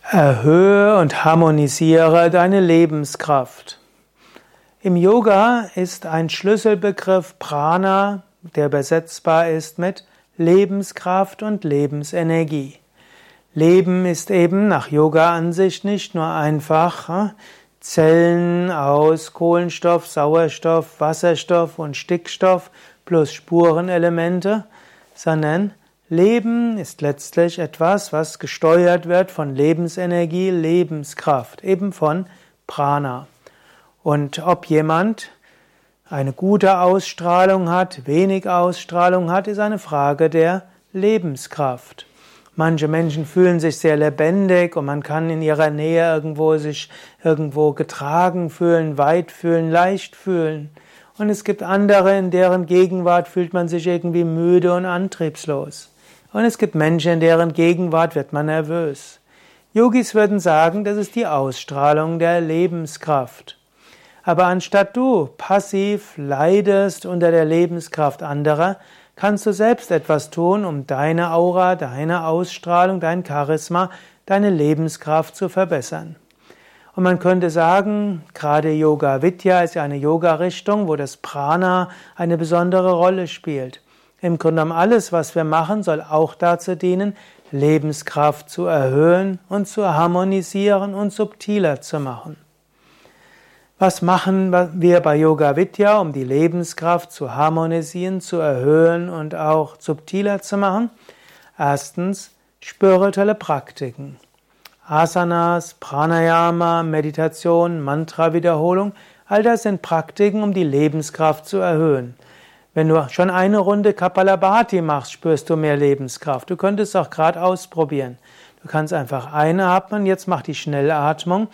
Erhöhe und harmonisiere deine Lebenskraft. Im Yoga ist ein Schlüsselbegriff Prana, der übersetzbar ist mit Lebenskraft und Lebensenergie. Leben ist eben nach Yoga-Ansicht nicht nur einfach Zellen aus Kohlenstoff, Sauerstoff, Wasserstoff und Stickstoff plus Spurenelemente, sondern Leben ist letztlich etwas, was gesteuert wird von Lebensenergie, Lebenskraft, eben von Prana. Und ob jemand eine gute Ausstrahlung hat, wenig Ausstrahlung hat, ist eine Frage der Lebenskraft. Manche Menschen fühlen sich sehr lebendig und man kann in ihrer Nähe sich irgendwo getragen fühlen, weit fühlen, leicht fühlen. Und es gibt andere, in deren Gegenwart fühlt man sich irgendwie müde und antriebslos. Und es gibt Menschen, in deren Gegenwart wird man nervös. Yogis würden sagen, das ist die Ausstrahlung der Lebenskraft. Aber anstatt du passiv leidest unter der Lebenskraft anderer, kannst du selbst etwas tun, um deine Aura, deine Ausstrahlung, dein Charisma, deine Lebenskraft zu verbessern. Und man könnte sagen, gerade Yoga Vidya ist ja eine Yoga-Richtung, wo das Prana eine besondere Rolle spielt. Im Grunde genommen alles, was wir machen, soll auch dazu dienen, Lebenskraft zu erhöhen und zu harmonisieren und subtiler zu machen. Was machen wir bei Yoga Vidya, um die Lebenskraft zu harmonisieren, zu erhöhen und auch subtiler zu machen? Erstens, spirituelle Praktiken. Asanas, Pranayama, Meditation, Mantra-Wiederholung, all das sind Praktiken, um die Lebenskraft zu erhöhen. Wenn du schon eine Runde Kapalabhati machst, spürst du mehr Lebenskraft. Du könntest es auch gerade ausprobieren. Du kannst einfach einatmen, jetzt mach die Schnellatmung.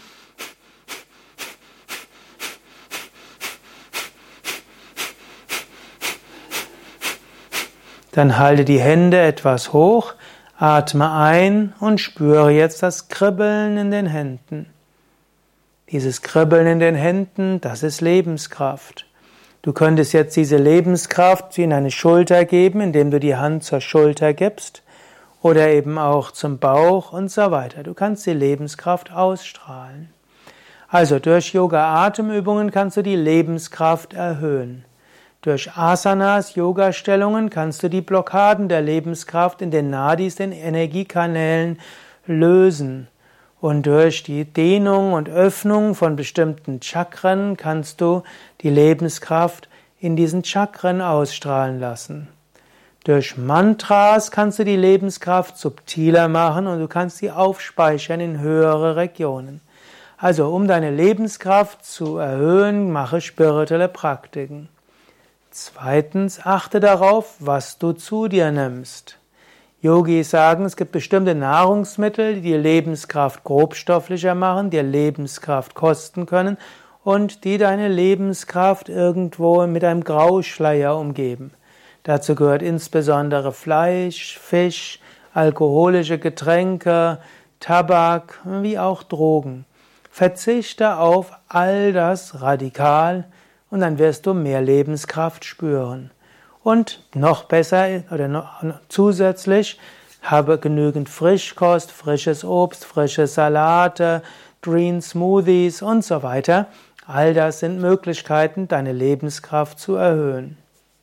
Dann halte die Hände etwas hoch, atme ein und spüre jetzt das Kribbeln in den Händen. Dieses Kribbeln in den Händen, das ist Lebenskraft. Du könntest jetzt diese Lebenskraft in deine Schulter geben, indem du die Hand zur Schulter gibst oder eben auch zum Bauch und so weiter. Du kannst die Lebenskraft ausstrahlen. Also durch Yoga-Atemübungen kannst du die Lebenskraft erhöhen. Durch Asanas, Yoga-Stellungen kannst du die Blockaden der Lebenskraft in den Nadis, den Energiekanälen lösen. Und durch die Dehnung und Öffnung von bestimmten Chakren kannst du die Lebenskraft in diesen Chakren ausstrahlen lassen. Durch Mantras kannst du die Lebenskraft subtiler machen und du kannst sie aufspeichern in höhere Regionen. Also, um deine Lebenskraft zu erhöhen, mache spirituelle Praktiken. Zweitens, achte darauf, was du zu dir nimmst. Yogis sagen, es gibt bestimmte Nahrungsmittel, die Lebenskraft grobstofflicher machen, dir Lebenskraft kosten können und die deine Lebenskraft irgendwo mit einem Grauschleier umgeben. Dazu gehört insbesondere Fleisch, Fisch, alkoholische Getränke, Tabak, wie auch Drogen. Verzichte auf all das radikal und dann wirst du mehr Lebenskraft spüren. Und noch besser oder noch zusätzlich, habe genügend Frischkost, frisches Obst, frische Salate, Green Smoothies und so weiter. All das sind Möglichkeiten, deine Lebenskraft zu erhöhen.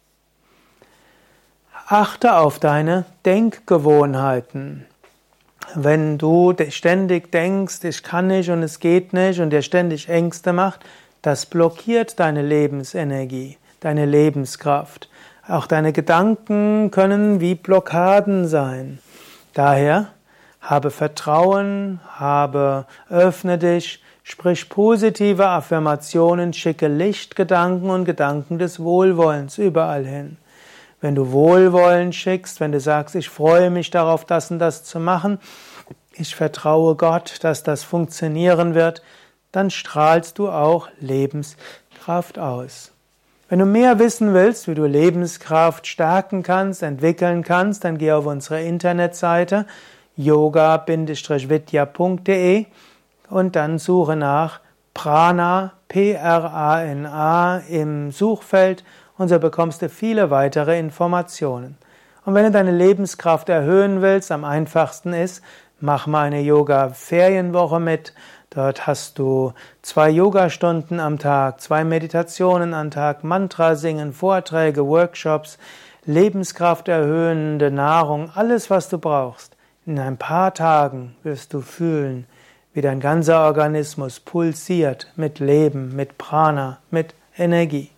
Achte auf deine Denkgewohnheiten. Wenn du ständig denkst, ich kann nicht und es geht nicht und dir ständig Ängste macht, das blockiert deine Lebensenergie, deine Lebenskraft. Auch deine Gedanken können wie Blockaden sein. Daher habe Vertrauen, öffne dich, sprich positive Affirmationen, schicke Lichtgedanken und Gedanken des Wohlwollens überall hin. Wenn du Wohlwollen schickst, wenn du sagst, ich freue mich darauf, das und das zu machen, ich vertraue Gott, dass das funktionieren wird, dann strahlst du auch Lebenskraft aus. Wenn du mehr wissen willst, wie du Lebenskraft stärken kannst, entwickeln kannst, dann geh auf unsere Internetseite yoga-vidya.de und dann suche nach Prana, Prana im Suchfeld und so bekommst du viele weitere Informationen. Und wenn du deine Lebenskraft erhöhen willst, am einfachsten ist, Mach mal eine Yoga-Ferienwoche mit. Dort hast du 2 Yogastunden am Tag, 2 Meditationen am Tag, Mantra singen, Vorträge, Workshops, lebenskrafterhöhende Nahrung, alles, was du brauchst. In ein paar Tagen wirst du fühlen, wie dein ganzer Organismus pulsiert mit Leben, mit Prana, mit Energie.